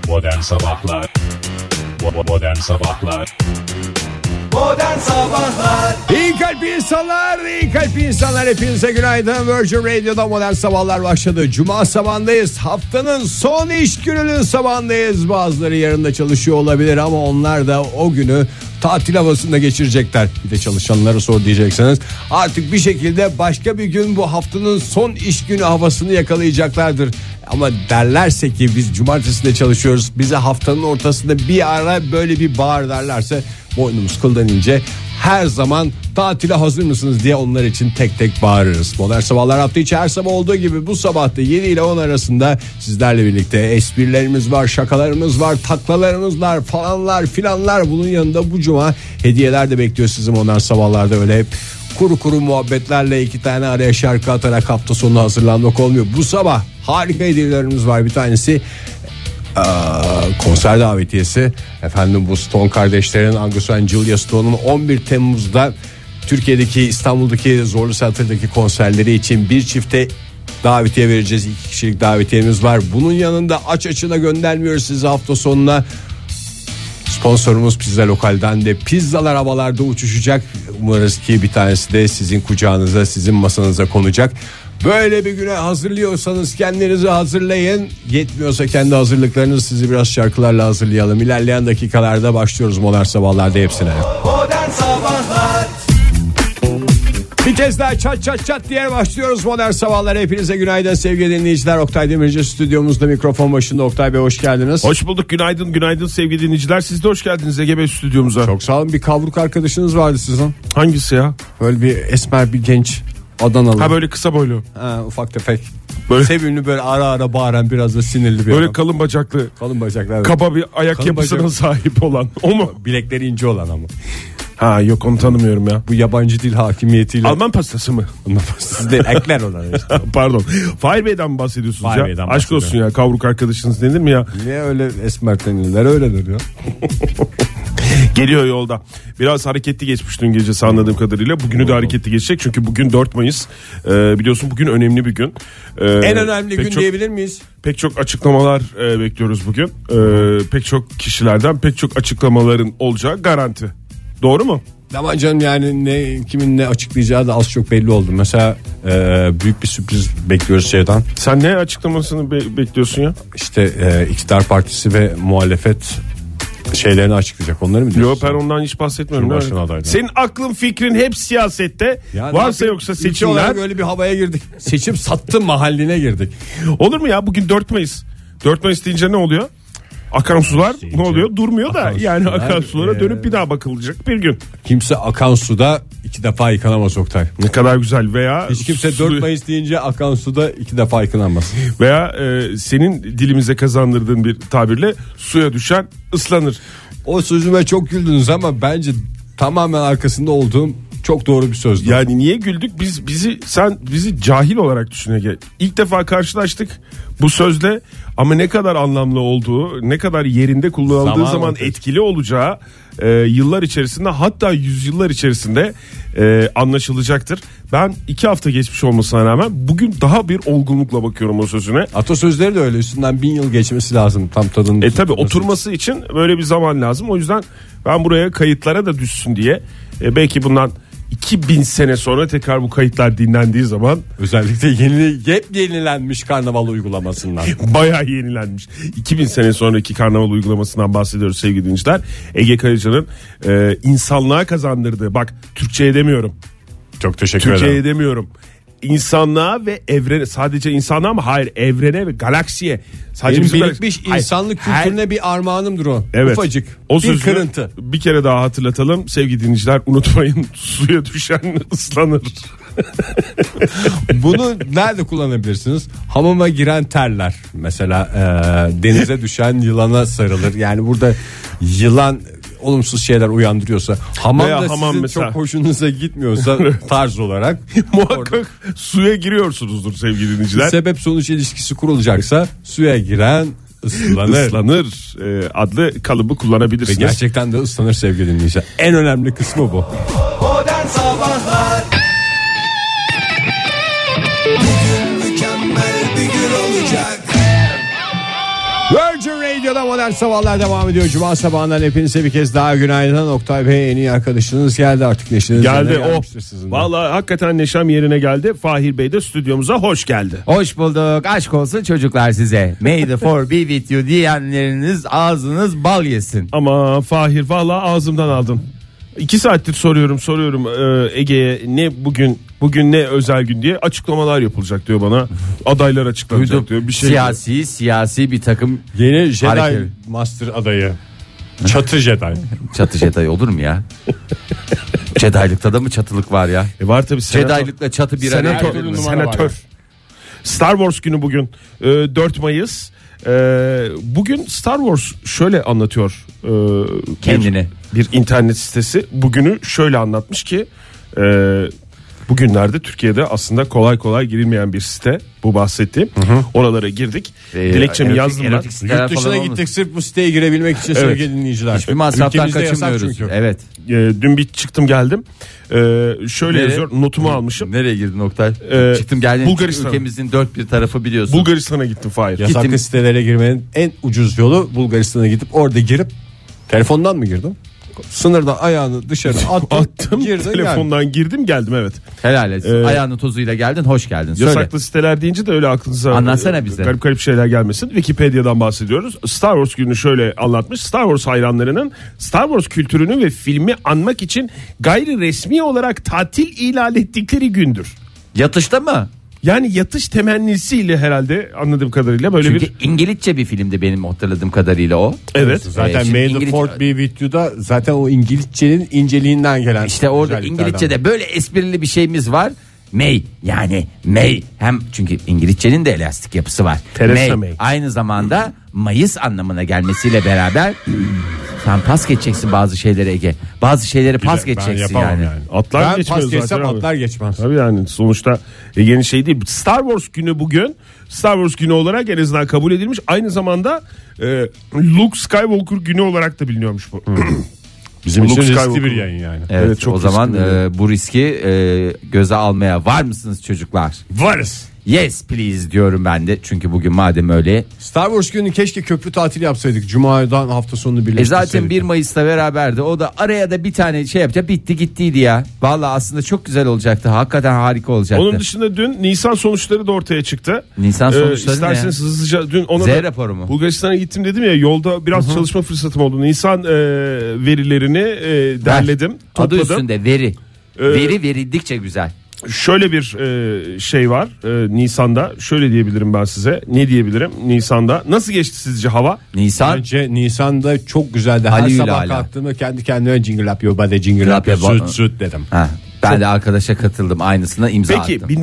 Modern Sabahlar. Modern Sabahlar. Modern Sabahlar. İyi kalp insanlar, iyi kalp insanlar, hepinize günaydın. Virgin Radio'da Modern Sabahlar başladı. Cuma sabahındayız. Haftanın son iş gününün sabahındayız. Bazıları yarın çalışıyor olabilir ama onlar da o günü tatil havasında geçirecekler. Bir de çalışanlara sor diyeceksiniz. Artık bir şekilde başka bir gün bu haftanın son iş günü havasını yakalayacaklardır. Ama derlerse ki biz cumartesinde çalışıyoruz, bize haftanın ortasında bir ara böyle bir bağır derlerse boynumuz kıldan ince. Her zaman tatile hazır mısınız diye onlar için tek tek bağırırız. Modern Sabahlar hafta içi her sabah olduğu gibi bu sabahta 7 ile 10 arasında sizlerle birlikte esprilerimiz var, şakalarımız var, taklalarımız var, falanlar filanlar. Bunun yanında bu cuma hediyeler de bekliyor sizi Modern Sabahlar'da, öyle hep kuru muhabbetlerle iki tane araya şarkı atarak hafta sonu hazırlanmak olmuyor. Bu sabah harika hediyelerimiz var. Bir tanesi konser davetiyesi. Efendim, bu Stone kardeşlerin, Angus ve Julia Stone'un 11 Temmuz'da Türkiye'deki, İstanbul'daki Zorlu Center'daki konserleri için bir çifte davetiye vereceğiz. 2 kişilik davetiyemiz var. Bunun yanında açına göndermiyoruz sizi hafta sonuna. Sponsorumuz Pizza Lokal'den de pizzalar havalarda uçuşacak. Umarız ki bir tanesi de sizin kucağınıza, sizin masanıza konacak. Böyle bir güne hazırlıyorsanız kendinizi hazırlayın. Yetmiyorsa kendi hazırlıklarınızı sizi biraz şarkılarla hazırlayalım. İlerleyen dakikalarda başlıyoruz Modern Sabahlar'da hepsine. Modern Sabahlar. Bir kez daha çat diye başlıyoruz Modern Sabahlar. Hepinize günaydın sevgili dinleyiciler. Oktay Demirci stüdyomuzda mikrofon başında. Oktay Bey, hoş geldiniz. Hoş bulduk, günaydın sevgili dinleyiciler. Siz de hoş geldiniz Ege Bey stüdyomuza. Çok sağ olun. Bir kavruk arkadaşınız vardı sizin. Hangisi ya? Böyle bir esmer bir genç Adanalı. Ha, böyle kısa boylu. Ha, ufak tefek. Böyle sevimli, böyle ara bağıran, biraz da sinirli bir böyle adam. kalın bacaklı. Kalın bacaklı. Evet. Kaba bir ayak Kalın yapısına bacak. sahip olan. O mu? Bilekleri ince olan ama. Ha yok, onu tanımıyorum ya. Bu yabancı dil hakimiyetiyle. Alman pastası mı? Siz de ekler olan işte. Pardon. Fahir Bey'den mi bahsediyorsunuz Fahir ya? Bey'den Aşk olsun ya, kavruk arkadaşınız denir mi ya? Niye öyle esmer tenliler öyledir ya. Geliyor yolda. Biraz hareketli geçmiş dün gecesi anladığım kadarıyla. Bugünü de hareketli geçecek çünkü bugün 4 Mayıs. Biliyorsun bugün önemli bir gün. En önemli gün diyebilir miyiz? Pek çok açıklamalar bekliyoruz bugün. Pek çok kişilerden pek çok açıklamaların olacağı garanti. Doğru mu? Ama canım, yani kimin ne açıklayacağı da az çok belli oldu. Mesela büyük bir sürpriz bekliyoruz şeyden. Sen ne açıklamasını bekliyorsun ya? İşte İktidar Partisi ve muhalefet şeylerini açıklayacak. Onları mı diyorsun? Yok, ben ondan hiç bahsetmiyorum. Cumhurbaşkanı adayları. Senin aklın fikrin hep siyasette. Ya varsa yoksa ülke seçimler. olarak öyle bir havaya girdik. Seçim sattı mahalline girdik. Olur mu ya, bugün 4 Mayıs. 4 Mayıs deyince ne oluyor? Akan sular ne oluyor? Durmuyor da yani akan sulara dönüp bir daha bakılacak bir gün. Kimse akan suda 2 defa yıkanamaz Oktay. Ne kadar güzel. Veya Hiç kimse 4 Mayıs deyince akan suda 2 defa yıkanamaz. Veya senin dilimize kazandırdığın bir tabirle suya düşen ıslanır. O sözüme çok güldünüz ama bence tamamen arkasında olduğum çok doğru bir sözdü. Yani niye güldük? Sen bizi cahil olarak düşüne. İlk defa karşılaştık bu sözle ama ne kadar anlamlı olduğu, ne kadar yerinde kullanıldığı zaman etkili olacağı yıllar içerisinde, hatta yüzyıllar içerisinde anlaşılacaktır. Ben 2 hafta geçmiş olmasına rağmen bugün daha bir olgunlukla bakıyorum o sözüne. Atasözleri de öyle, üstünden 1000 yıl geçmesi lazım tam tadını. Tabii oturması için böyle bir zaman lazım. O yüzden ben buraya kayıtlara da düşsün diye belki bundan 2000 sene sonra tekrar bu kayıtlar dinlendiği zaman, özellikle yenilenmiş karnaval uygulamasından. bayağı yenilenmiş 2000 sene sonraki karnaval uygulamasından bahsediyoruz sevgili dinleyiciler. Ege Kayacan'ın insanlığa kazandırdığı, bak Türkçe'ye demiyorum. Çok teşekkür ederim. Türkiye'ye demiyorum. İnsanlığa ve evrene, sadece insanlığa mı? Hayır, evrene ve galaksiye. Sadece Benim birikmiş insanlık kültürüne bir armağanımdır o. Evet. Ufacık. O bir kırıntı. Bir kere daha hatırlatalım sevgili dinleyiciler, unutmayın, suya düşen ıslanır. Bunu nerede kullanabilirsiniz? Hamama giren terler. Mesela denize düşen yılana sarılır. Yani burada yılan olumsuz şeyler uyandırıyorsa, hamam da sizin mesela çok hoşunuza gitmiyorsa tarz olarak muhakkak suya giriyorsunuzdur sevgili dinleyiciler. Sebep sonuç ilişkisi kurulacaksa suya giren ıslanır adlı kalıbı kullanabilirsiniz. Ve gerçekten de ıslanır sevgili dinleyiciler. En önemli kısmı bu. Modern Sabahlar. Bugün mükemmel bir gün olacak. Virgin Radio'da Modern Sabahlar devam ediyor. Cuma sabahından hepinize bir kez daha günaydın. Oktay Bey, en iyi arkadaşınız geldi artık, neşeniz geldi. O vallahi hakikaten neşem yerine geldi. Fahir Bey de stüdyomuza hoş geldi. Hoş bulduk. Aşk olsun çocuklar size. May the four be with you diyenleriniz ağzınız bal yesin. Ama Fahir vallahi ağzımdan aldın. 2 saattir soruyorum Ege'ye ne bugün ne özel gün diye açıklamalar yapılacak diyor bana. Adaylar açıklanacak Duydum. diyor. Bir şey Siyasi bir takım yeni Jedi hareket. Master adayı. Çatı Jedi. Çatı Jedi olur mu ya? Jedi'lıkta da mı çatılık var ya? var tabii. Jedi'lıkla çatı bir araya Senatör. gelebilir mi? Senatör. Star Wars günü bugün 4 Mayıs. Bugün Star Wars şöyle anlatıyor Kendini. Bir internet sitesi bugünü şöyle anlatmış ki bugünlerde Türkiye'de aslında kolay kolay girilmeyen bir site bu bahsettiğim. Oralara girdik. Dilekçemi yazdım ben. Yurt dışına gittik sırf bu siteye girebilmek için sevgili dinleyiciler. Hiçbir masraftan Ülkemizde yasak kaçınmıyoruz. çünkü. Evet. Dün bir çıktım geldim. Şöyle yazıyor, notumu almışım. Nereye girdin Oktay? Çıktım geldim. Bulgaristan. Ülkemizin dört bir tarafı biliyorsun. Bulgaristan'a gittim Fahir. Yasaklı Gittim. sitelere girmenin en ucuz yolu Bulgaristan'a gidip orada girip telefondan mı girdin? Sınırdan ayağını dışarı Attım girdin, telefondan girdim geldim evet. Helal etsin. Ayağının tozuyla geldin, hoş geldin. Söyle. Yasaklı siteler deyince de öyle aklınıza Anlatsana bize. garip şeyler gelmesin. Wikipedia'dan bahsediyoruz. Star Wars günü şöyle anlatmış. Star Wars hayranlarının Star Wars kültürünü ve filmi anmak için gayri resmi olarak tatil ilan ettikleri gündür. Yatışta mı? Yani yatış temennisiyle herhalde anladığım kadarıyla böyle Çünkü bir... İngilizce bir filmdi benim hatırladığım kadarıyla o. Evet. Zaten Şimdi May the İngiliz- Fourth be with you'da zaten o İngilizcenin inceliğinden gelen. İşte orada özelliklerden. İngilizce'de böyle esprili bir şeyimiz var. May, yani May, hem çünkü İngilizcenin de elastik yapısı var. Theresa May. Aynı zamanda Mayıs anlamına gelmesiyle beraber sen pas geçeceksin bazı şeyleri Ege. Bazı şeyleri pas Ben geçeceksin yapamam yani. yani. Atlar Ben geçmiyor pas geçsem zaten abi. atlar geçmez. Tabii yani sonuçta yeni şey değil. Star Wars günü bugün Star Wars günü olarak en azından kabul edilmiş. Aynı zamanda Luke Skywalker günü olarak da biliniyormuş bu. Bizim için Luke riskli Skywalker. bir yayın yani. Evet, çok o zaman riskli bu riski göze almaya var mısınız çocuklar? Varız. Yes please diyorum ben de. Çünkü bugün madem öyle. Star Wars günü keşke köprü tatili yapsaydık. Cuma'dan hafta sonunu birleştirseydik. Zaten 1 Mayıs'ta beraberdi. O da araya da bir tane şey yapacak. Bitti gittiydi ya. Vallahi aslında çok güzel olacaktı. Hakikaten harika olacaktı. Onun dışında dün Nisan sonuçları da ortaya çıktı. Nisan sonuçları ne İsterseniz hızlıca dün ona Z da raporu mu? Bulgaristan'a gittim dedim ya, yolda biraz çalışma fırsatım oldu. Nisan verilerini derledim, Adı topladım. üstünde veri. Veri verildikçe güzel. Şöyle bir şey var Nisan'da. Şöyle diyebilirim ben size. Ne diyebilirim Nisan'da? Nasıl geçti sizce hava? Nisan Bence Nisan'da çok güzeldi. Her Halil sabah Ala. kalktığımda kendi kendime jingle up your body jingle up your Jingle up süt süt dedim. Ha, ben de arkadaşa katıldım, aynısına imza Peki attım.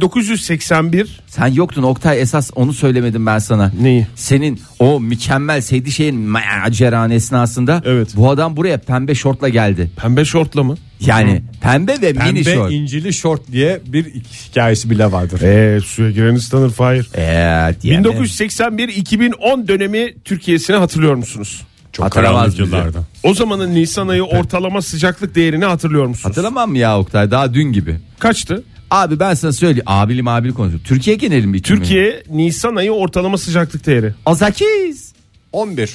1981 Sen yoktun Oktay, esas onu söylemedim ben sana. Neyi? Senin o mükemmel sevdiği şeyin maceran esnasında Evet. bu adam buraya pembe şortla geldi. pembe şortla mı? Yani pembe ve mini Pembe şort. incili şort diye bir hikayesi bile vardır. Suya gireniz tanır Fahir. Evet, yani. 1981-2010 dönemi Türkiye'sini hatırlıyor musunuz? Çok Hatırlamaz karanlık bizi. yıllarda. O zamanın Nisan ayı ortalama sıcaklık değerini hatırlıyor musunuz? Hatırlamam mı ya Oktay, daha dün gibi. Kaçtı? Abi ben sana söyleyeyim, abili konuşuyorum. Türkiye genelim bir Türkiye Nisan ayı ortalama sıcaklık değeri. Azakiz. 11.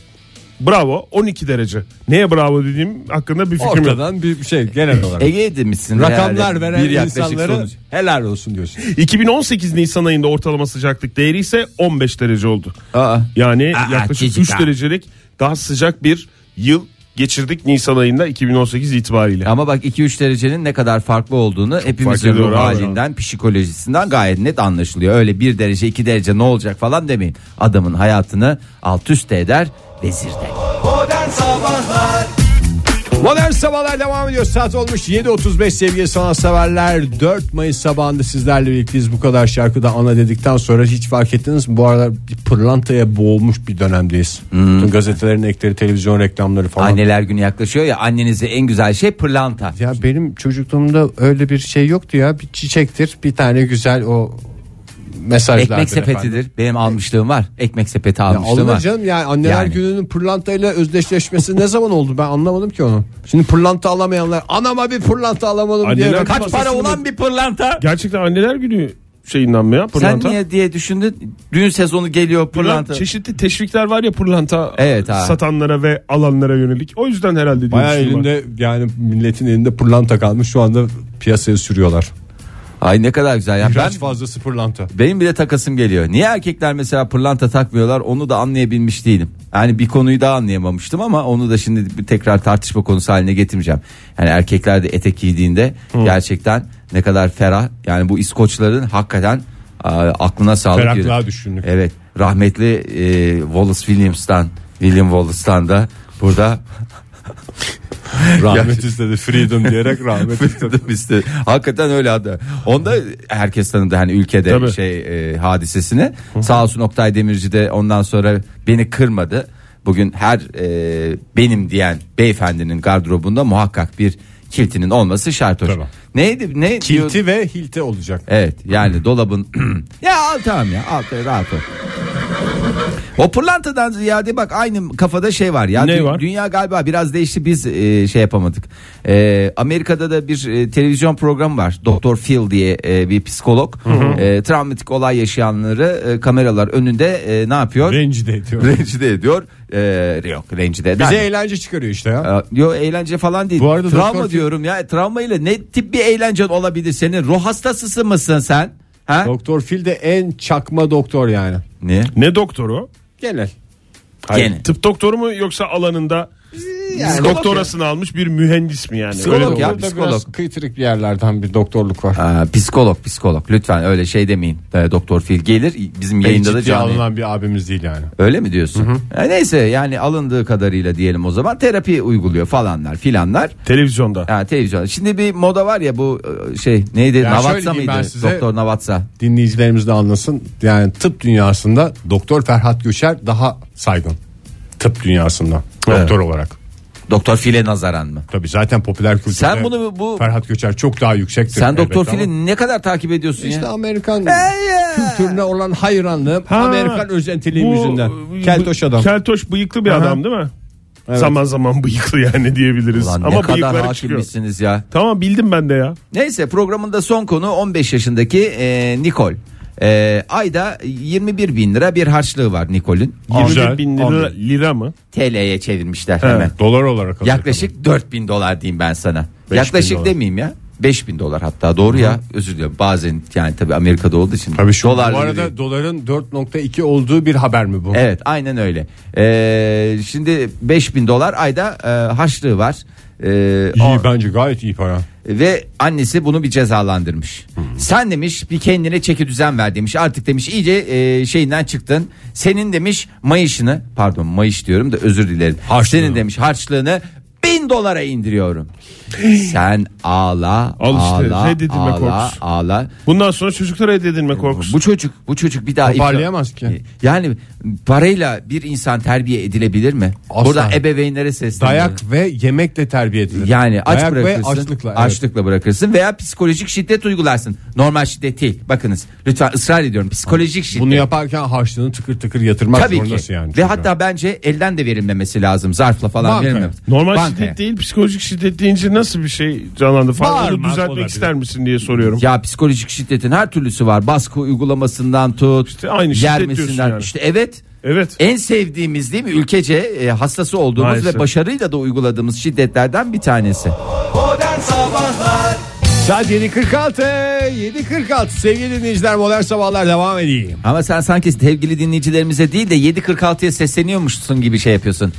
Bravo, 12 derece. Neye bravo dediğim hakkında bir fikrim yok. Ortadan bir şey genel olarak. Ege'ye demişsin. Rakamlar herhalde. veren Bir yaklaşık insanlara sonuç. helal olsun diyorsun. 2018 Nisan ayında ortalama sıcaklık değeri ise 15 derece oldu. Aa. Yani Aa, yaklaşık çocuk 3 ha. derecelik daha sıcak bir yıl geçirdik Nisan ayında 2018 itibariyle. Ama bak 2-3 derecenin ne kadar farklı olduğunu hepimizin fark ediyor ruh abi. halinden, psikolojisinden gayet net anlaşılıyor. Öyle 1 derece 2 derece ne olacak falan demeyin. Adamın hayatını alt üst eder, vezir de. Modern Sabahlar Modern Sabahlar devam ediyor. Saat olmuş 7.35 sevgili sanatseverler. 4 Mayıs sabahında sizlerle birlikteyiz. Bu kadar şarkıda ana dedikten sonra hiç fark ettiniz mi? Bu aralar bir pırlantaya boğulmuş bir dönemdeyiz. Bütün gazetelerin ekleri, televizyon reklamları falan. Anneler günü yaklaşıyor ya, annenize en güzel şey pırlanta. Ya benim çocukluğumda öyle bir şey yoktu ya. Bir çiçektir, bir tane güzel o mesajlardır. Ekmek sepetidir. efendim. Benim almışlığım var. Ekmek sepeti Ya almışlığım alınır var. canım, yani anneler Yani. gününün pırlantayla özdeşleşmesi ne zaman oldu, ben anlamadım ki onu. Şimdi pırlanta alamayanlar, anama bir pırlanta alamadım diye. Anneler- rakı Kaç para masasını olan bir pırlanta? Gerçekten anneler günü şeyinden mi ya pırlanta? Sen niye diye düşündün? Düğün sezonu geliyor pırlanta. Çeşitli teşvikler var ya pırlanta Evet abi. satanlara ve alanlara yönelik. O yüzden herhalde diye Bayağı düşünüyorum. elinde yani milletin elinde pırlanta kalmış şu anda piyasaya sürüyorlar. Ay ne kadar güzel ya. Biraz fazlası pırlanta. Benim bile takasım geliyor. Niye erkekler mesela pırlanta takmıyorlar onu da anlayabilmiş değilim. Yani bir konuyu daha anlayamamıştım ama onu da şimdi bir tekrar tartışma konusu haline getirmeyeceğim. Yani erkekler de etek giydiğinde gerçekten ne kadar ferah. Yani bu İskoçların hakikaten aklına sağlık. Ferahlığa düşündük. Evet, rahmetli William Wallace'tan da burada Rahmet istedi, freedom diyerek rahmet istedi. Hakikaten öyle adı. Onda herkes tanıdı hani ülkede Tabii. hadisesini. Sağ olsun Oktay Demirci de ondan sonra beni kırmadı. Bugün her benim diyen beyefendinin gardırobunda muhakkak bir kiltinin olması şart hoş. Tabii. Neydi? Ne Kilti diyor? ve hilti olacak. Evet yani dolabın ya al tamam ya al rahat ol. O pırlantadan ziyade bak aynı kafada şey var ya. Ne var? Dünya galiba biraz değişti, biz şey yapamadık. Amerika'da da bir televizyon programı var. Doktor Phil diye bir psikolog. Travmatik olay yaşayanları kameralar önünde ne yapıyor? Rencide ediyor. Rencide ediyor. Yok rencide eder. Bize eğlence çıkarıyor işte ya. Yok eğlence falan değil. Bu arada Travma Doktor diyorum ya. Travma ile ne tip bir eğlencen olabilir senin? Ruh hastası mısın sen? Ha? Doktor Phil de en çakma doktor yani. Ne? doktoru? Genel. Hayır, Gene. tıp doktoru mu yoksa alanında doktorasını almış bir mühendis mi yani? Psikolog Öyle ya. doktor. Burada biraz kıytırık bir yerlerden bir doktorluk var. Psikolog lütfen öyle şey demeyin. Doktor Phil gelir bizim yayında da Ciddiye canlı. alınan bir abimiz değil yani. Öyle mi diyorsun? Neyse yani alındığı kadarıyla diyelim o zaman terapi uyguluyor falanlar filanlar. Televizyonda. Televizyon. Şimdi bir moda var ya bu şey neydi? Ya şöyle Navatsa diyeyim ben mıydı? size. Doktor Navatsa. Dinleyicilerimiz de anlasın. Yani tıp dünyasında Doktor Ferhat Göçer daha saygın. Tıp dünyasında doktor olarak. Doktor Phil'e nazaran mı? Tabii zaten popüler kültürde Sen bunu Ferhat Göçer çok daha yüksektir. Sen Doktor elbette ama Phil'i ne kadar takip ediyorsun İşte ya? Amerikan kültürüne olan hayranlığım Amerikan özentiliğim yüzünden. Keltoş adam. Keltoş bıyıklı bir adam değil mi? Evet. Zaman zaman bıyıklı yani diyebiliriz. Ulan Ama ne kadar bıyıkları çıkıyor. hakimmişsiniz ya. Tamam bildim ben de ya. Neyse programın da son konu 15 yaşındaki Nicole. Ayda 21 bin lira bir harçlığı var Nicole'ün. 21 bin lira mı? TL'ye çevirmişler hemen. Dolar olarak alıyor. Yaklaşık 4000 dolar diyeyim ben sana. 5.000 Yaklaşık dolar. demeyeyim ya. 5000 dolar hatta doğru ya, özür diliyorum. Bazen yani tabii Amerika'da olduğu için. Tabii şu dolarla bu arada değil. Doların 4.2 olduğu bir haber mi bu? Evet aynen öyle. Şimdi 5000 dolar ayda harçlığı var. İyi bence gayet iyi para. Ve annesi bunu bir cezalandırmış. Sen demiş bir kendine çeki düzen ver demiş. Artık demiş iyice şeyinden çıktın. Senin demiş maaş diyorum da özür dilerim. Harçlığını. Senin demiş harçlığını 1000 dolara indiriyorum. Sen ağla, Al işte, ağla, reddedilme ağla, korkusu. ağla. Bundan sonra çocuklara reddedilme korkusu. Bu çocuk bir daha Toparlayamaz ki. Yani parayla bir insan terbiye edilebilir mi? Asla. Burada ebeveynlere sesleniyorum. Dayak ve yemekle terbiye edilir. Yani aç Dayak bırakırsın, ve açlıkla. Evet. açlıkla bırakırsın veya psikolojik şiddet uygularsın. Normal şiddet değil. Bakınız lütfen ısrar ediyorum. Psikolojik şiddet. Bunu yaparken harçlığını tıkır tıkır yatırmak Tabii zorundasın ki. yani. Ve çocuğa. hatta bence elden de verilmemesi lazım. Zarfla falan Bankaya. verilmemesi. Normal Bankaya. şiddet değil, psikolojik şiddet deyince nasıl bir şey canlandı falan. Onu Bağırmak düzeltmek olabilir. ister misin diye soruyorum. Ya psikolojik şiddetin her türlüsü var. Baskı uygulamasından tut. İşte aynı şiddet diyorsun yermesinden. yani. İşte evet. Evet. En sevdiğimiz değil mi ülkece hastası olduğumuz Maalesef. ve başarıyla da uyguladığımız şiddetlerden bir tanesi. Modern Sabahlar Saat 7.46 sevgili dinleyiciler, Modern Sabahlar devam edeyim. Ama sen sanki sevgili dinleyicilerimize değil de 7.46'ya sesleniyormuşsun gibi şey yapıyorsun.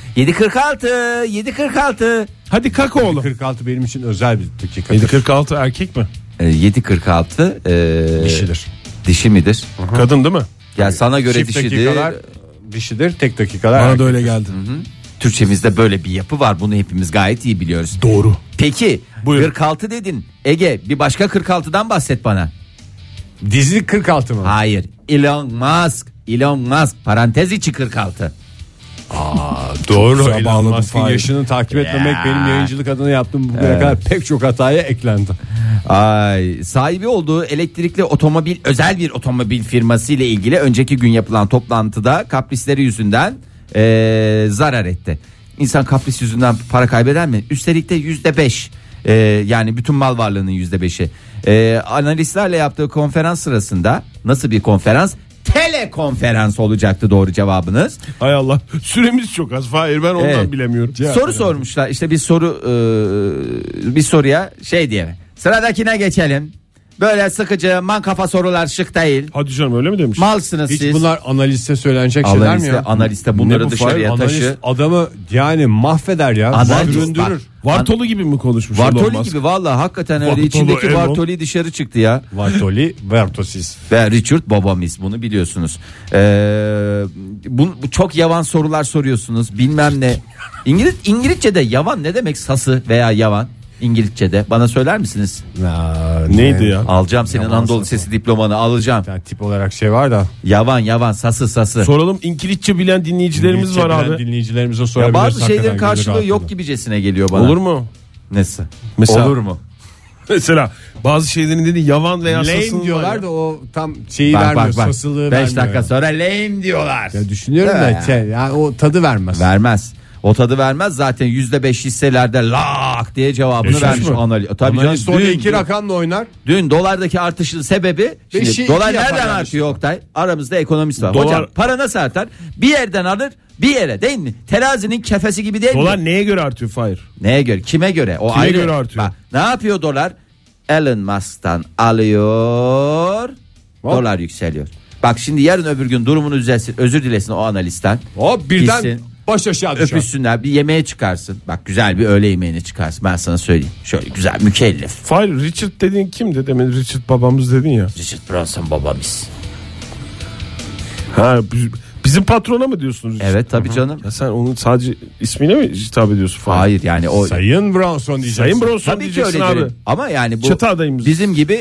7.46 Hadi kalk oğlum. 46 benim için özel bir dakika. 7.46 erkek mi? 7.46 Dişidir. dişi midir? Kadın değil mi? Ya sana göre Çift dişidir. dakikalar dişidir, tek dakikalar Bana da erkektir. öyle geldi. Türkçemizde böyle bir yapı var. Bunu hepimiz gayet iyi biliyoruz. Doğru. Peki Buyur. 46 dedin. Ege bir başka 46'dan bahset bana. Dizi 46 mı? Hayır. Elon Musk parantez içi 46. Doğru. Güzel Elon bağladın Musk'ın Fahir. yaşını takip etmemek Ya. benim yayıncılık adına yaptığım bugüne kadar pek çok hataya eklendi. Ay, sahibi olduğu elektrikli otomobil, özel bir otomobil firması ile ilgili önceki gün yapılan toplantıda kaprisleri yüzünden zarar etti. İnsan kapris yüzünden para kaybeder mi? Üstelik de %5, yani bütün mal varlığının %5'i. Analistlerle yaptığı konferans sırasında, nasıl bir konferans? Telekonferans olacaktı doğru cevabınız. Hay Allah, süremiz çok az. Hayır, ben ondan bilemiyorum. Soru sormuşlar işte, bir soruya şey diye, sıradakine geçelim. Böyle sıkıcı mankafa sorular şık değil. Hadi canım, öyle mi demiş? Malsınız Hiç siz. bunlar analiste söylenecek şeyler mi ya? Analiste bunları dışarıya taşı. Adamı yani mahveder ya. Analist, Süründürür. Vartolu gibi mi konuşmuş? Vartoli gibi vallahi, hakikaten öyle. Vartolu, İçindeki Elon. Vartoli dışarı çıktı ya. Vartoli, Vertosis. Ve Richard babamız, bunu biliyorsunuz. Bu çok yavan sorular soruyorsunuz. Bilmem ne. İngilizce'de yavan ne demek, sası veya yavan? İngilizce'de bana söyler misiniz? Neydi ya? Alacağım senin Yavan, Anadolu sası. Lisesi diplomanı alacağım. Yani tip olarak şey var da. Yavan sası. Soralım, İngilizce bilen dinleyicilerimiz var İngilizce abi. bilen dinleyicilerimize Ya sorabiliriz. bazı şeylerin Hakikaten karşılığı gönül yok rahatlığı. gibicesine geliyor bana. Olur mu? Nesi? Mesela- Olur mu? Mesela bazı şeylerin dediği yavan veya Lame sasının diyorlar var ya. da o tam şeyi vermiyor. Sasılığı 5 vermiyor. dakika sonra lame diyorlar. Ya düşünüyorum Değil mi da ya? yani o tadı vermez. Vermez. O tadı vermez, zaten %5 hisselerde lak diye cevabını Yaşar vermiş mı? analiz. Tabii canım, Analist orada dün- iki rakamla oynar. Dün dolardaki artışın sebebi, şimdi Beşi dolar iki yapar nereden yani artıyor Oktay? Aramızda ekonomist var. Dolar- Hocam para nasıl artar? Bir yerden alır, bir yere, değil mi? Terazinin kefesi gibi değil Dolar mi? neye göre artıyor Fahir? Neye göre? Kime göre? O Kime ayrı. göre artıyor? Bak, ne yapıyor dolar? Elon Musk'tan alıyor. Dolar yükseliyor. Bak şimdi yarın öbür gün durumunu düzelsin, özür dilesin o analistten. Hop birden Gitsin, baş aşağı düşer. öpüşsünler, bir yemeğe çıkarsın. Bak güzel bir öğle yemeğine çıkarsın. Ben sana söyleyeyim. Şöyle güzel, mükellef. Fahir, Richard dediğin kimdi? Demin Richard babamız dedin ya. Richard Branson babamız. Ha, bizim patrona mı diyorsunuz? Evet tabii canım. Ya sen onun sadece ismine mi hitap ediyorsun Fahir? Hayır yani o Sayın Bronson diyeceksin. Sayın Bronson tabii ki diyeceksin öyle abi. derim. Ama yani bu Çatı adayımız. bizim gibi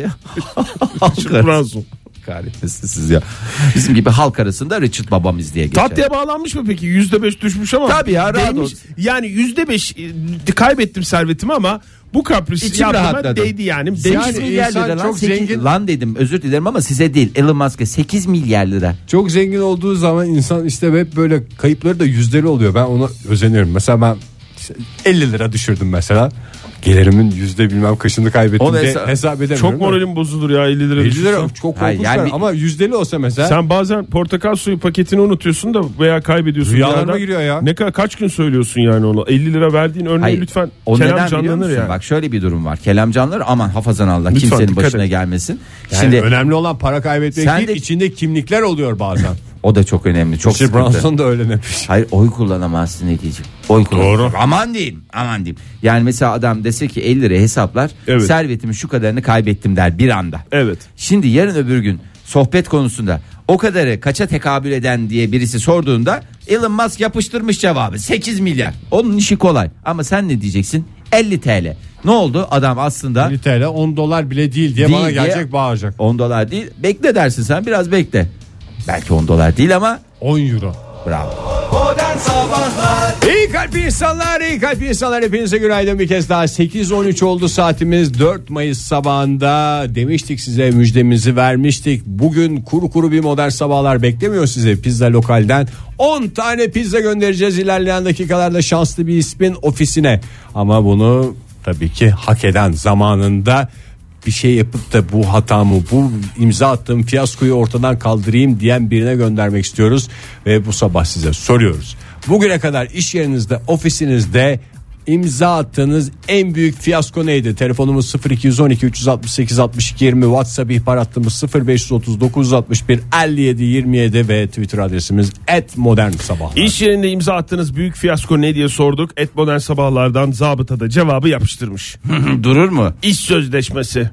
Richard Branson. kahretmesin siz ya. Bizim gibi halk arasında Richard babamız diye geçer. Tatlıya bağlanmış mı peki? %5 düşmüş ama. Tabii ya, rahat değmiş. ol. Yani %5 kaybettim servetimi ama bu kapris İçim yaptığıma rahatladı. değdi yani. Yani 8 milyar insan lira lan. çok zengin. Lan dedim, özür dilerim ama size değil, Elon Musk'a 8 milyar lira. Çok zengin olduğu zaman insan işte hep böyle kayıpları da yüzdeli oluyor. Ben ona özeniyorum. Mesela ben işte 50 lira düşürdüm mesela. Gelirimin yüzde bilmem kaçını kaybettim Onu diye hesap- hesap edemiyorum. Çok moralim bozulur ya 50 lira 50 düşürsen. lira çok Hayır, korkunç yani ama yüzdeli olsa mesela. Sen bazen portakal suyu paketini unutuyorsun da veya kaybediyorsun. Rüyalarıma bir yerden. giriyor ya. Ne kadar, kaç gün söylüyorsun yani onu? 50 lira verdiğin örneği Hayır, lütfen o kelam neden biliyor canlanır musun? yani. Bak şöyle bir durum var. Kelam canlanır, aman hafazan Allah, Lütfen, kimsenin dikkat başına et. gelmesin. Yani Şimdi önemli olan para kaybetmek Sen değil, de- içinde kimlikler oluyor bazen. o da çok önemli, çok Richard sıkıntı. Branson da öyle demiş. Hayır, oy kullanamazsın ne diyeceğim. Oy kullan. Doğru. Aman diyeyim. Yani mesela adam dese ki 50 liraya hesaplar. Evet. Servetimin şu kadarını kaybettim der bir anda. Evet. Şimdi yarın öbür gün sohbet konusunda o kadarı kaça tekabül eden diye birisi sorduğunda Elon Musk yapıştırmış cevabı 8 milyar. Onun işi kolay. Ama sen ne diyeceksin? 50 TL. Ne oldu? Adam aslında 50 TL 10 dolar bile değil diye Değil bana diye- gelecek bağıracak. 10 dolar değil. Bekle dersin sen, biraz bekle. Belki 10 dolar değil ama 10 euro. bravo. Modern Sabahlar İyi kalp insanlar, iyi kalp insanlar, hepinize günaydın bir kez daha. 8.13 oldu saatimiz, 4 Mayıs sabahında demiştik, size müjdemizi vermiştik. Bugün kuru kuru bir modern sabahlar beklemiyor size. Pizza Lokal'den 10 tane pizza göndereceğiz ilerleyen dakikalarda şanslı bir ismin ofisine. Ama bunu tabii ki hak eden, zamanında bir şey yapıp da bu hatamı, bu imza attığım fiyaskoyu ortadan kaldırayım diyen birine göndermek istiyoruz. Ve bu sabah size soruyoruz. Bugüne kadar iş yerinizde, ofisinizde imza attığınız en büyük fiyasko neydi? Telefonumuz 0212 368 62 20, WhatsApp ihbar hattımız 0539 61 57 27 ve Twitter adresimiz @modernsabahlar. İş yerinde imza attığınız büyük fiyasko ne diye sorduk. Modern Sabahlardan zabıta da cevabı yapıştırmış. Durur mu? İş sözleşmesi.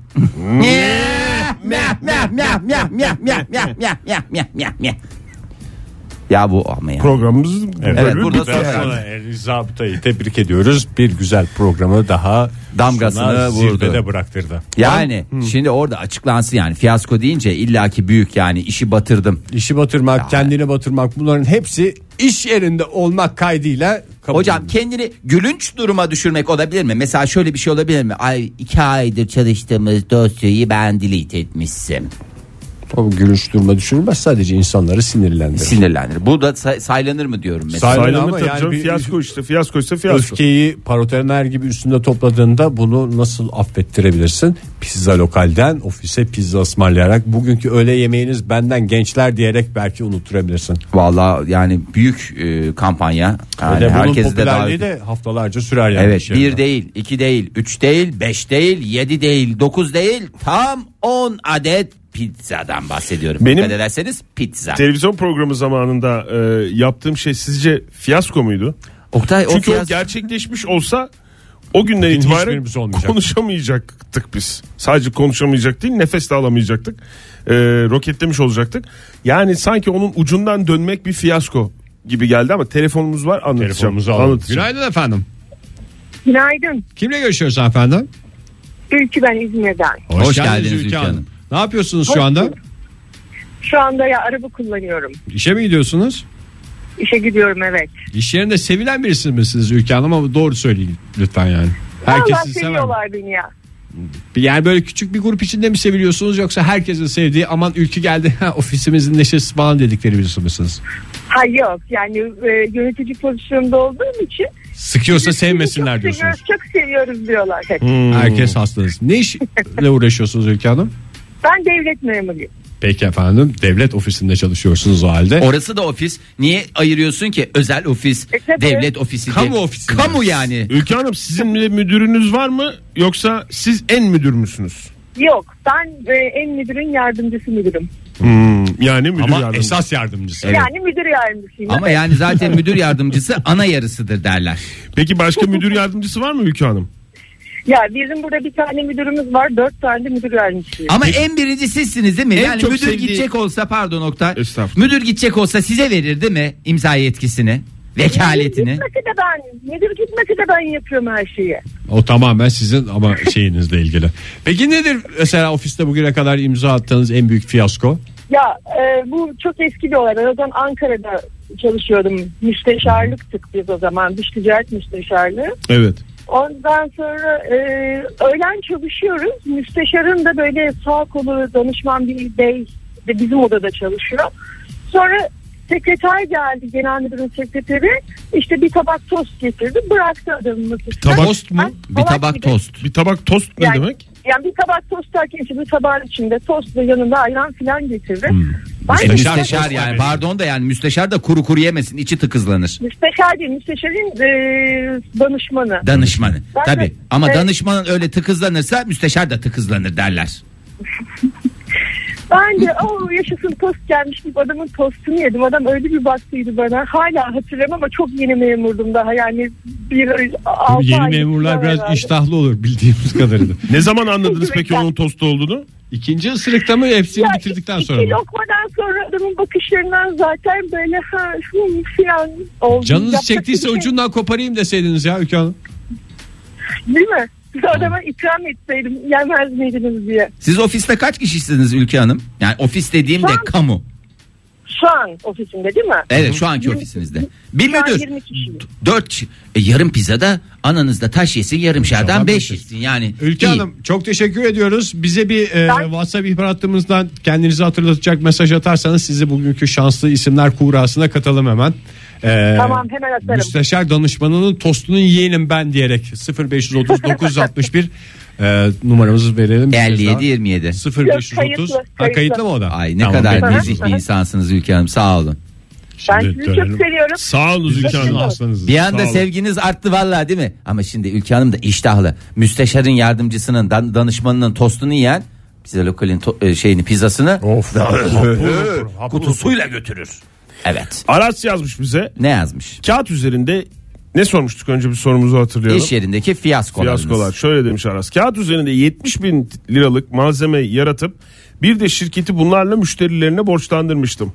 Ya bu ama ya. Programımız Evet, bölümü burada bitti. sonra- Zabıtayı tebrik ediyoruz. Bir güzel programı daha Damgasını sona vurdu. zirvede bıraktırdı. Yani şimdi orada açıklansın, yani fiyasko deyince illaki büyük, yani işi batırdım. İşi batırmak, kendini batırmak, bunların hepsi iş yerinde olmak kaydıyla kabul Hocam edilir. kendini gülünç duruma düşürmek olabilir mi? Mesela şöyle bir şey olabilir mi? Ay 2 aydır çalıştığımız dosyayı ben delete etmişsin. O gülünç duruma düşürülmez, sadece insanları sinirlendirir. Bu da saylanır mı diyorum mesela. Saylanır Saylanır ama tabii yani canım, fiyasko işte. Fiyasko ise fiyasko. Öfkeyi paratoner gibi üstünde topladığında bunu nasıl affettirebilirsin? Pizza lokalden ofise pizza ısmarlayarak, bugünkü öğle yemeğiniz benden gençler diyerek belki unutturabilirsin. Vallahi yani büyük kampanya. Yani Ve bunun herkesi de popülerliği de haftalarca sürer yani. Evet, 1 değil, 2 değil, 3 değil, 5 değil, 7 değil, 9 değil, tam 10 adet pizzadan bahsediyorum. Benim Dikkat ederseniz pizza. Televizyon programı zamanında yaptığım şey sizce fiyasko muydu? Oktay, Çünkü o gerçekleşmiş olsa o günden itibaren hiçbirimiz olmayacak. konuşamayacaktık biz. Sadece konuşamayacaktık değil, nefes de alamayacaktık. Roketlemiş olacaktık. Yani sanki onun ucundan dönmek bir fiyasko gibi geldi ama telefonumuz var, anlatacağım. Telefonumuzu alalım. Günaydın efendim. Günaydın. Kimle görüşüyoruz efendim? Ülkü, ben İzmir'den. Hoş geldiniz Ülke Hanım. Ne yapıyorsunuz şu anda? Şu anda araba kullanıyorum. İşe mi gidiyorsunuz? İşe gidiyorum, evet. İş yerinde sevilen birisi misiniz Ülke Hanım, ama doğru söyleyin lütfen yani. Herkes Vallahi sizi sever mi? seviyorlar beni ya. Yani böyle küçük bir grup içinde mi seviliyorsunuz, yoksa herkesin sevdiği, aman Ülkü geldi ofisimizin neşesi falan dedikleri birisi misiniz? Hayır, yok yani yönetici pozisyonunda olduğum için. Sıkıyorsa sevmesinler çok diyorsunuz. Çok seviyoruz diyorlar. Hep. Herkes hastanız. Ne işle uğraşıyorsunuz Ülke Hanım? Ben devlet memuruyum. Peki efendim, devlet ofisinde çalışıyorsunuz o halde. Orası da ofis. Niye ayırıyorsun ki? Özel ofis, tabii. devlet ofisi. Kamu ofisi. Kamu yani. Ülke Hanım, sizin bir müdürünüz var mı, yoksa siz en müdür müsünüz? Yok, ben en müdürün yardımcısı müdürüm. Yani müdür Ama yardımcısı. esas yardımcısı. Yani müdür yardımcısıyım. Ama yani zaten müdür yardımcısı ana yarısıdır derler. Peki başka müdür yardımcısı var mı Ülke Hanım? Ya bizim burada bir tane müdürümüz var, 4 tane de müdür yardımcısıyım. Ama en birinci sizsiniz değil mi? En Yani çok müdür sevdiği- gidecek olsa, pardon Oktay. Estağfurullah. Müdür gidecek olsa size verir değil mi imza yetkisini, vekaletini? Müdür gitmesi de ben yapıyorum her şeyi. O tamamen sizin ama şeyinizle ilgili. Peki nedir mesela ofiste bugüne kadar imza attığınız en büyük fiyasko? Ya bu çok eski bir olay. Ben o zaman Ankara'da çalışıyordum. Müsteşarlıktık biz o zaman. Dış ticaret müsteşarlığı. Evet. Ondan sonra öğlen çalışıyoruz. Müsteşarın da böyle sağ kolu danışman bir bey de bizim odada çalışıyor. Sonra sekreter geldi, genel müdürün sekreteri. İşte bir tabak tost getirdi. Bıraktı adamın masasına. Tost mu? Bir tabak tost. Bir tabak tost ne demek? Yani bir tabak tost derken işte bir tabağın içinde tost ve yanında ayran filan getirdi. Ben Müsteşar yani, pardon da yani müsteşar da kuru kuru yemesin, içi tıkızlanır. Müsteşar değil, müsteşarın danışmanı. Danışmanı. Ben Tabii. de- Ama Evet. danışmanın öyle tıkızlanırsa müsteşar da tıkızlanır derler. Ben de yaşasın tost gelmiş gibi adamın tostunu yedim. Adam öyle bir baktıydı bana. Hala hatırlamam ama çok yeni memurdum daha. Yani Yeni memurlar biraz iştahlı olur bildiğimiz kadarıyla. Ne zaman anladınız peki onun tostu olduğunu? İkinci ısırıkta mı, hepsini bitirdikten sonra İki mı? lokmadan sonra adamın bakışlarından zaten böyle filan oldu. Canınız Yapacak çektiyse bir şey- ucundan koparayım deseydiniz ya Ülke Hanım. Değil mi? Adama ikram etseydim yemez miydiniz diye. Siz ofiste kaç kişisiniz Ülke Hanım? Yani ofis dediğim de Ben- kamu. Şu an ofisinde değil mi? Evet, şu anki ofisinizde. Bir Şu an müdür. 20 kişiyim. 4 kişi. Yarım pizzada ananızda taş yesin, yarım şerden Tamam, 5 beş yesin. Yani Ülke iyi. Hanım çok teşekkür ediyoruz. Bize bir Ben- WhatsApp ihbar hattımızdan kendinizi hatırlatacak mesaj atarsanız sizi bugünkü şanslı isimler kurasına katalım hemen. Tamam, hemen atarım. Müsteşar danışmanının tostunun yeğenim ben diyerek 0530 961 numaramızı verelim. 57 27. 0530 Kayıtlı, kayıtlı mı o da? Ay ne Tamam, kadar peki. nezih bir insansınız Ülke Hanım, sağ olun. Ben Şimdi sizi çok dönelim. seviyorum. Sağ olun Ülke Hanım. Aslanınız. Bir anda Sağ olun. sevginiz arttı vallahi değil mi? Ama şimdi Ülke Hanım da iştahlı. Müsteşarın yardımcısının, danışmanının tostunu yiyen, bize lokalin şeyini, pizzasını Of. kutusuyla götürür. Evet. Aras yazmış bize. Ne yazmış? Kağıt üzerinde ne sormuştuk, önce bir sorumuzu hatırlayalım. İş yerindeki fiyaskolarınız. Fiyaskolar. Şöyle demiş Aras. Kağıt üzerinde 70 bin liralık malzeme yaratıp bir de şirketi bunlarla müşterilerine borçlandırmıştım.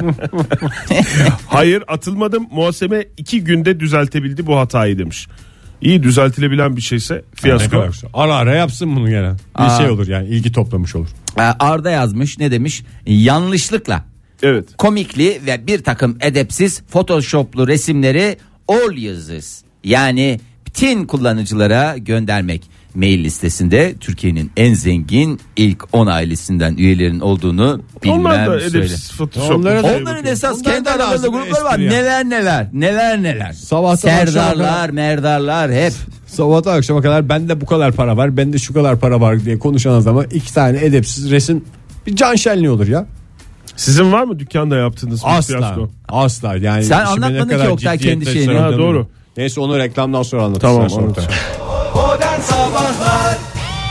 Hayır, atılmadım. Muhasebe 2 günde düzeltebildi bu hatayı demiş. İyi, düzeltilebilen bir şeyse Ne fiyasko. kadar güzel. Ara ara yapsın bunu gene. Bir Aa. şey olur yani, ilgi toplamış olur. Arda yazmış, ne demiş? Yanlışlıkla Evet. komikli ve bir takım edepsiz photoshoplu resimleri all users, yani bütün kullanıcılara göndermek. mail listesinde Türkiye'nin en zengin ilk 10 ailesinden üyelerin olduğunu Onlar da bilmem söyle. edepsiz Photoshop. Onların esas kendi aralarında grupları var. Neler. Sabahtan Serdarlar, merdarlar hep. Sabahtan akşama kadar bende bu kadar para var, bende şu kadar para var diye konuşan adama 2 tane edepsiz resim bir can şenliği olur ya. Sizin var mı dükkanda yaptığınız bir fiyasko? Asla yani. Sen işime anlatmadın ne kadar ki Oktay kendi ciddiyetle şeyini. sarıldığımı. Doğru. Neyse onu reklamdan sonra anlatırız. Tamam, Sonra. anlatacağım. Modern Sabahlar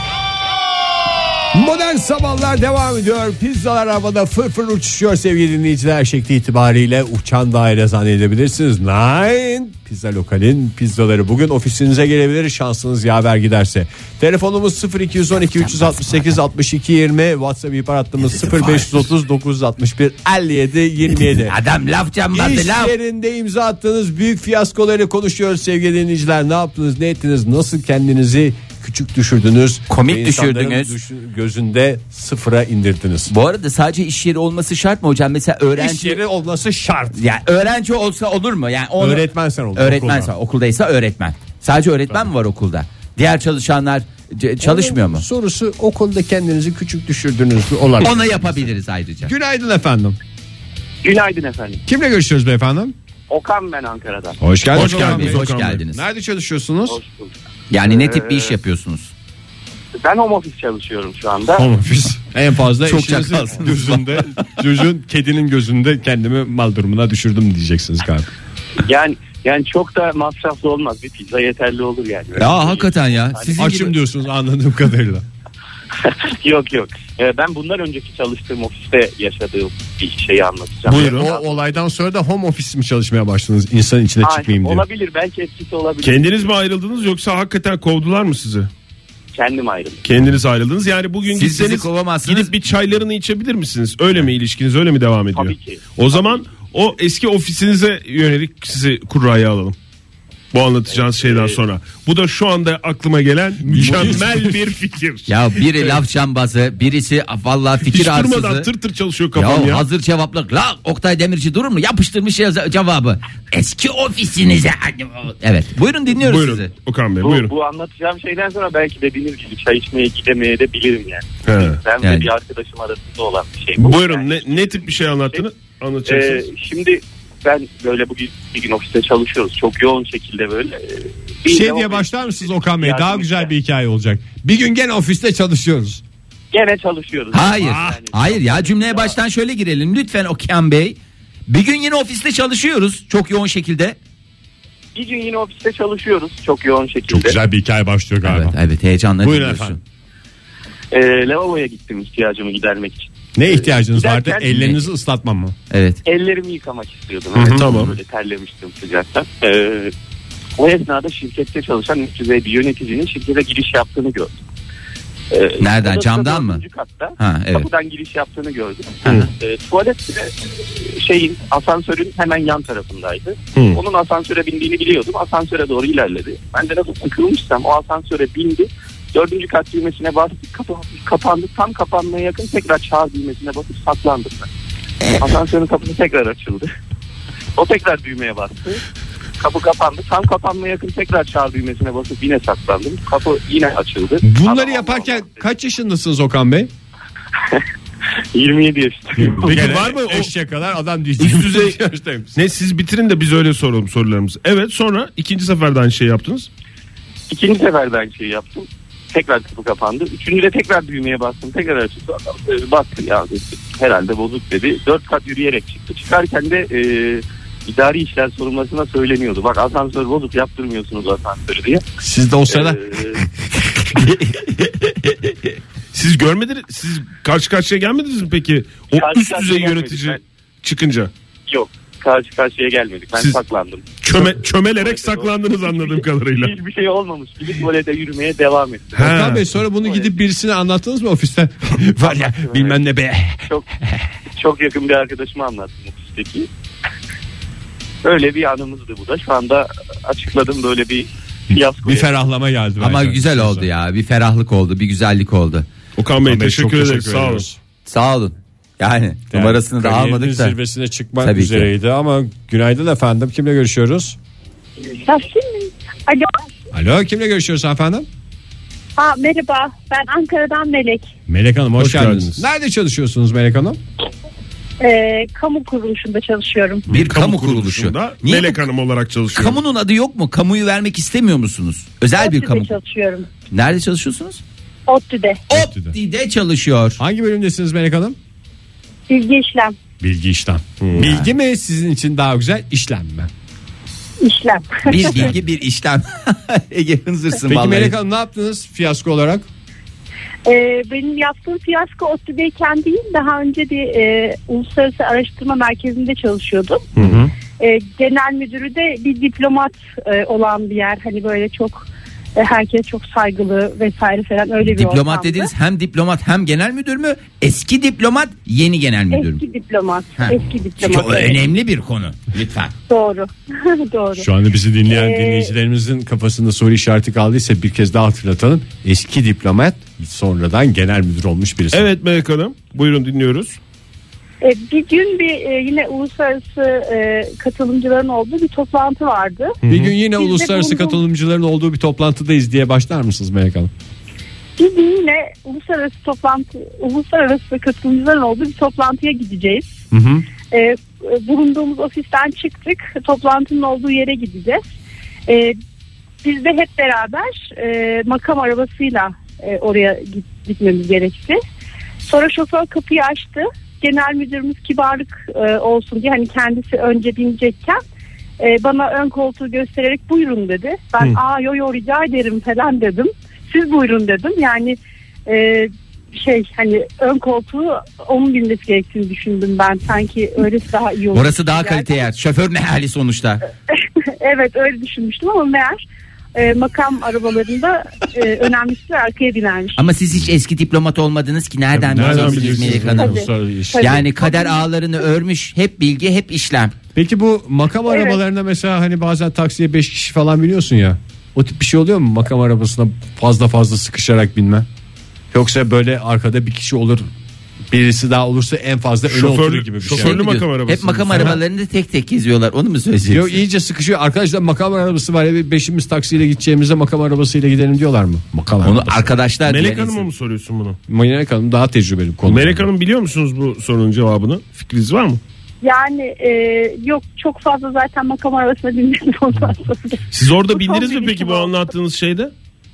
Modern Sabahlar devam ediyor. Pizzalar havada fırfır uçuşuyor sevgili dinleyiciler. Şekli itibariyle uçan daire zannedebilirsiniz. Nine Pizza Lokal'in pizzaları bugün ofisinize gelebilir şansınız yaver giderse. Telefonumuz 0212 368 62 20, WhatsApp ihbar hattımız 0530 961 57 27. Adam laf cambazı İş laf. yerinde imza attığınız büyük fiyaskoları konuşuyoruz sevgili dinleyiciler. Ne yaptınız, ne ettiniz, nasıl kendinizi küçük düşürdünüz, Komik ve insanların düşürdünüz. Gözünde sıfıra indirdiniz. Bu arada sadece iş yeri olması şart mı hocam? Mesela öğrenci İş yeri olması şart. yani öğrenci olsa olur mu? Yani onu Öğretmensen olur. öğretmense okuldaysa öğretmen. Sadece öğretmen mi var okulda? Diğer çalışanlar çalışmıyor mu? Sorusu okulda kendinizi küçük düşürdünüz mü? Olabilir. Onu yapabiliriz ayrıca. Günaydın efendim. Günaydın efendim. Kimle görüşüyoruz beyefendi? Okan ben Ankara'dan. Hoş geldiniz. Hoş geldiniz. Hoş Okan Bey. geldiniz. Nerede çalışıyorsunuz? Hoş bulduk. Yani ne tip bir iş yapıyorsunuz? Ben home office çalışıyorum şu anda. Home office. En fazla Çok eşinizin çakalsınız. gözünde, çocuğun, kedinin gözünde kendimi mal durumuna düşürdüm diyeceksiniz galiba. Yani çok da masraflı olmaz. Bir pizza yeterli olur yani. Ya hakikaten ya. Sizin Açım gibi... diyorsunuz anladığım kadarıyla. Yok. Ben bundan önceki çalıştığım ofiste yaşadığım bir şeyi anlatacağım. Buyurun. O olaydan sonra da home office mi çalışmaya başladınız insan içine çıkmayayım diye? Olabilir, belki etkisi olabilir. Kendiniz mi ayrıldınız yoksa hakikaten kovdular mı sizi? Kendim ayrıldım. Kendiniz ayrıldınız. Yani bugün Siz bizi gitseniz kovamazsınız. gidip bir çaylarını içebilir misiniz? Öyle mi ilişkiniz, öyle mi devam ediyor? Tabii ki. O zaman o eski ofisinize yönelik sizi kurraya alalım. Bu anlatacağınız şeyden sonra. Bu da şu anda aklıma gelen mükemmel bir fikir. Ya biri laf cambazı, birisi vallahi fikir Hiç durmadan arsızı. tır tır çalışıyor kafam ya. Hazır cevaplık. La Oktay Demirci durur mu? Yapıştırmış cevabı. Eski ofisinize. Evet. Buyurun dinliyoruz Buyurun sizi. Okan Bey, buyurun. Bu anlatacağım şeyden sonra belki dediğiniz gibi çay içmeye gidemeye de bilirim yani. He. Ben Yani. ve bir arkadaşım arasında olan bir şey bu. Buyurun Yani, ne tip bir şey anlatacaksınız? şimdi ben böyle bugün bir gün ofiste çalışıyoruz. Çok yoğun şekilde böyle. Şey diye başlar mısınız Okan Bey? Daha güzel bir hikaye olacak. Bir gün gene ofiste çalışıyoruz. Gene çalışıyoruz. Hayır. Yani- Hayır ya cümleye baştan şöyle girelim. Lütfen Okan Bey. Bir gün yine ofiste çalışıyoruz. Çok yoğun şekilde. Bir gün yine ofiste çalışıyoruz. Çok yoğun şekilde. Çok güzel bir hikaye başlıyor galiba. Evet heyecanla Buyurun dinliyorsun. efendim. Lavaboya gittim ihtiyacımı gidermek için. Ne ihtiyacınız Giderken- vardı? Ellerinizi ıslatmam mı? Evet. Ellerimi yıkamak istiyordum. Hı hı, Evet, tamam. Böyle terlemiştim sıcaktan. O esnada şirkette çalışan üst düzey bir yöneticinin şirkete giriş yaptığını gördüm. Nereden, odasında camdan mı? 4. Katta, Ha, evet. kapıdan giriş yaptığını gördüm. Hı. Tuvalet de asansörün hemen yan tarafındaydı. Hı. Onun asansöre bindiğini biliyordum. Asansöre doğru ilerledi. Ben de nasıl sıkılmışsam o asansöre bindi. 4. kat düğmesine bastık, kapandı. Tam kapanmaya yakın tekrar çağır düğmesine basıp saklandım ben. Asansörün kapısı tekrar açıldı. O tekrar düğmeye bastı. Kapı kapandı. Tam kapanmaya yakın tekrar çağır düğmesine basıp yine saklandım. Kapı yine açıldı. Bunları Adam yaparken Allah. kaç yaşındasınız Okan Bey? 27 yaşındayım. Peki Gene var mı o eşeğe kadar adam diyecek. üst düzey ne siz bitirin de biz öyle soralım sorularımızı. Evet, sonra ikinci seferde aynı şeyi yaptınız. İkinci seferde aynı şeyi yaptım. Tekrar kapı kapandı. Üçüncüde tekrar düğmeye bastım. Tekrar açıldı. Adam baktı ya dedi, herhalde bozuk dedi. 4 kat yürüyerek çıktı. Çıkarken de idari işler sorumlusuna söyleniyordu. Bak asansör bozuk, yaptırmıyorsunuz asansörü diye. Siz de o sırada Siz görmediniz, siz karşı karşıya gelmediniz mi peki? O Karşı üst düzey karşıya yönetici gelmedik çıkınca Yok. Karşı karşıya gelmedik. Ben Siz- saklandım. çömelerek saklandınız anladığım kadarıyla. Hiçbir şey olmamış gibi tuvalete yürümeye devam ettim. He. Okan Bey sonra bunu gidip birisine anlattınız mı ofiste? Var ya bilmem ne be. Çok yakın bir arkadaşıma anlattım ofisteki. Öyle bir anımızdı bu da. Şu anda açıkladım, böyle bir fiyasko. Bir ferahlama geldi. Ama bence. güzel oldu ya. Bir ferahlık oldu. Bir güzellik oldu. Okan Bey Okan Bey, teşekkür çok ederiz. Sağ olun. ediyoruz. Sağ olun. Yani numarasını da Kariyerinin almadık da. zirvesine çıkmak Tabii ki. üzereydi ama günaydın efendim. Kimle görüşüyoruz? Alo. Alo kimle görüşüyoruz efendim? Merhaba, ben Ankara'dan Melek. Melek Hanım hoş geldiniz. geldiniz. Nerede çalışıyorsunuz Melek Hanım? Kamu kuruluşunda çalışıyorum. Bir kamu kuruluşu. kuruluşunda Niye Melek Hanım olarak çalışıyor. Kamunun adı yok mu? Kamuyu vermek istemiyor musunuz? Özel bir ODTÜ'de kamu. çalışıyorum. Nerede çalışıyorsunuz? ODTÜ'de. ODTÜ'de çalışıyor. Hangi bölümdesiniz Melek Hanım? Bilgi işlem. Bilgi işlem. Bilgi mi sizin için daha güzel, işlem mi? İşlem. Bir bilgi bir işlem. Ege hınzırsın Peki vallahi. Melek Hanım ne yaptınız fiyasko olarak? Benim yaptığım fiyasko ODTÜ'deyken değil, daha önce bir uluslararası araştırma merkezinde çalışıyordum. Genel müdürü de bir diplomat olan bir yer. Hani böyle çok herkes çok saygılı vesaire falan, öyle bir Diplomat ortamdı. dediniz, hem diplomat hem genel müdür mü? Eski diplomat, yeni genel müdür mü? Eski diplomat. Ha. Eski diplomat. Çok önemli bir konu. Lütfen. Doğru. Doğru. Şu anda bizi dinleyen dinleyicilerimizin kafasında soru işareti kaldıysa bir kez daha hatırlatalım. Eski diplomat, sonradan genel müdür olmuş birisi. Evet Melek Hanım, buyurun dinliyoruz. Bir gün yine uluslararası katılımcıların olduğu bir toplantı vardı. Bir gün yine Biz de uluslararası katılımcıların olduğu bir toplantıdayız diye başlar mısınız Melek Hanım? Biz de yine uluslararası katılımcıların olduğu bir toplantıya gideceğiz. Bulunduğumuz ofisten çıktık. Toplantının olduğu yere gideceğiz. Biz de hep beraber makam arabasıyla oraya gitmemiz gerekti. Sonra şoför kapıyı açtı. Genel müdürümüz kibarlık olsun diye, hani kendisi önce binecekken bana ön koltuğu göstererek buyurun dedi. Ben yo rica ederim falan dedim. Siz buyurun dedim. Yani hani ön koltuğu onun binmesi gerektiğini düşündüm ben. Sanki öylesi daha iyi olur. Orası daha kalite yer. Şoför ne hali sonuçta. Evet, öyle düşünmüştüm ama meğer makam arabalarında önemlisi arkaya binermiş. Ama siz hiç eski diplomat olmadınız ki, nereden biliyorsunuz Melek Hanım? Tabii. Yani kader ağlarını örmüş, hep bilgi hep işlem. Peki bu makam arabalarına mesela hani bazen taksiye 5 kişi falan biniyorsun ya. O tip bir şey oluyor mu makam arabasına fazla sıkışarak binme? Yoksa böyle arkada bir kişi olur, birisi daha olursa en fazla öne oturur gibi bir şey. Şoförlü makam arabası. Hep makam arabalarında tek tek geziyorlar, onu mu söyleyeceksin? Yok, iyice sıkışıyor. Arkadaşlar makam arabası var ya, bir beşimiz taksiyle gideceğimize makam arabasıyla gidelim diyorlar mı? Makam Onu arabası. arkadaşlar Melek diyen Hanım'a insan. mı soruyorsun bunu? Melek Hanım daha tecrübeli konu. Melek Hanım, biliyor musunuz bu sorunun cevabını? Fikriniz var mı? Yani yok, çok fazla zaten makam arabasına binmedim ondan sonra. Siz orada Bu bindiniz son mi peki birikim bu oldu. anlattığınız şeyde?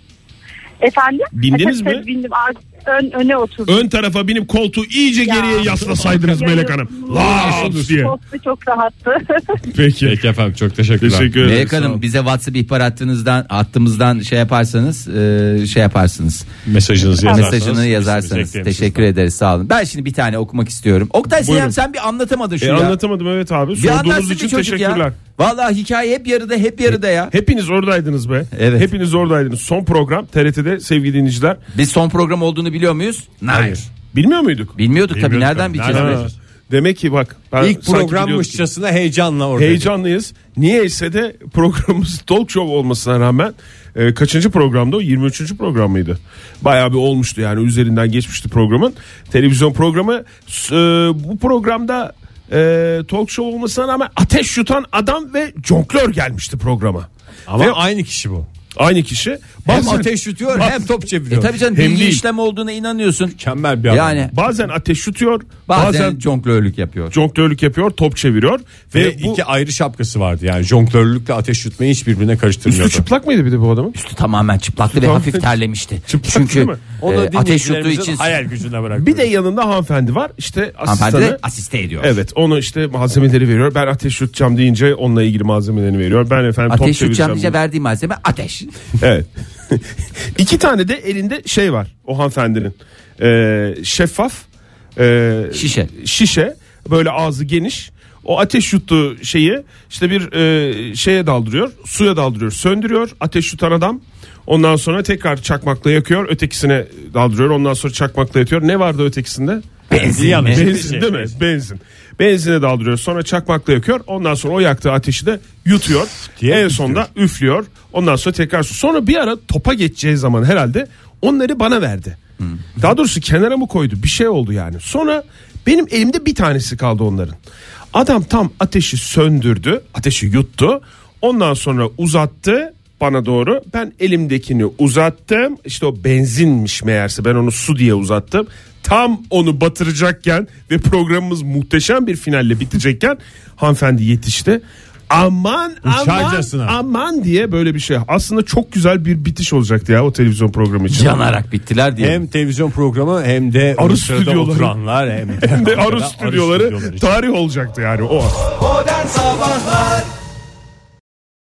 Efendim? Bindiniz Tabii mi? bindim. Öne oturdum. Ön tarafa binip koltuğu iyice Ya. geriye yaslasaydınız Melek Hanım. Laps diye. Koltuğu çok rahattı. Peki. Peki efendim, çok teşekkürler. Teşekkür ederim. Melek Sağ Hanım, olun. bize WhatsApp ihbar hattımızdan şey yaparsanız yaparsınız. Mesajınızı yazarsanız. Mesajını yazarsanız teşekkür ederiz, sağ olun. Ben şimdi bir tane okumak istiyorum. Oktay Buyurun. sen bir anlatamadın şu ya. Anlatamadım evet abi. Bir Sorduğunuz anlatsın için bir çocuk teşekkürler. ya. Vallahi hikaye hep yarıda ya. Hepiniz oradaydınız be. Evet. Hepiniz oradaydınız. Son program TRT'de sevgili dinleyiciler. Biz son program olduğunu biliyor muyuz? Hayır. Bilmiyor muyduk? Bilmiyorduk tabii, nereden bileceğiz? Nereden Ha, demek ki bak. Ben İlk sanki biliyordum. programmışçasına heyecanla orada. Heyecanlıyız. Niyeyse de programımız talk show olmasına rağmen kaçıncı programda o? 23. program mıydı? Bayağı bir olmuştu yani, üzerinden geçmişti programın. Televizyon programı. Bu programda talk show olmasına rağmen ateş yutan adam ve jonglör gelmişti programa. Ama Ve aynı kişi bu. aynı kişi. Hem ateş yutuyor hem top çeviriyor. Tabii canım, Hem bilgi değil. işlem olduğuna inanıyorsun. Mükemmel bir adam. Yani Bazen ateş yutuyor, bazen jonglörlük yapıyor. jonglörlük yapıyor, top çeviriyor Ve ve bu iki ayrı şapkası vardı. Yani jonglörlükle ateş yutmayı hiç birbirine karıştırmıyordu. üstü çıplak mıydı bir de bu adamın? Üstü tamamen çıplaktı ve Tamam. hafif terlemişti. Çıplak Çünkü değil mi? Onu ateş yuttuğu dinleyicilerimizin için hayal gücüne bırak. Bir de yanında hanımefendi var. İşte hanımefendi asistanı. de asiste ediyor. Evet, onu işte malzemeleri veriyor. Ben ateş yutacağım deyince onunla ilgili malzemelerini veriyor. Ben efendim top Ateş yutacağım çevireceğim. bize verdiği malzeme ateş. Evet. İki tane de elinde şey var o hanımefendinin. Şeffaf şişe, böyle ağzı geniş. O ateş yuttuğu şeyi işte bir şeye daldırıyor, suya daldırıyor, söndürüyor ateş yutan adam. Ondan sonra tekrar çakmakla yakıyor, ötekisine daldırıyor. Ondan sonra çakmakla yakıyor. Ne vardı ötekisinde? Benzin. Benzin değil mi? Benzin. Benzine daldırıyor. Sonra çakmakla yakıyor. Ondan sonra o yaktığı ateşi de yutuyor. En sonunda üflüyor. Ondan sonra tekrar sonra bir ara topa geçeceği zaman herhalde onları bana verdi. Daha doğrusu kenara mı koydu? Bir şey oldu yani. Sonra benim elimde bir tanesi kaldı onların. Adam tam ateşi söndürdü. Ateşi yuttu. Ondan sonra uzattı. bana doğru. Ben elimdekini uzattım. İşte o benzinmiş meğerse, ben onu su diye uzattım. Tam onu batıracakken ve programımız muhteşem bir finalle bitecekken hanımefendi yetişti. Aman diye böyle bir şey. Aslında çok güzel bir bitiş olacaktı ya o televizyon programı için. Yanarak bittiler diye. Hem televizyon programı hem de arı stüdyoları oturanlar hem de arı stüdyoları tarih olacaktı yani o. Modern Sabahlar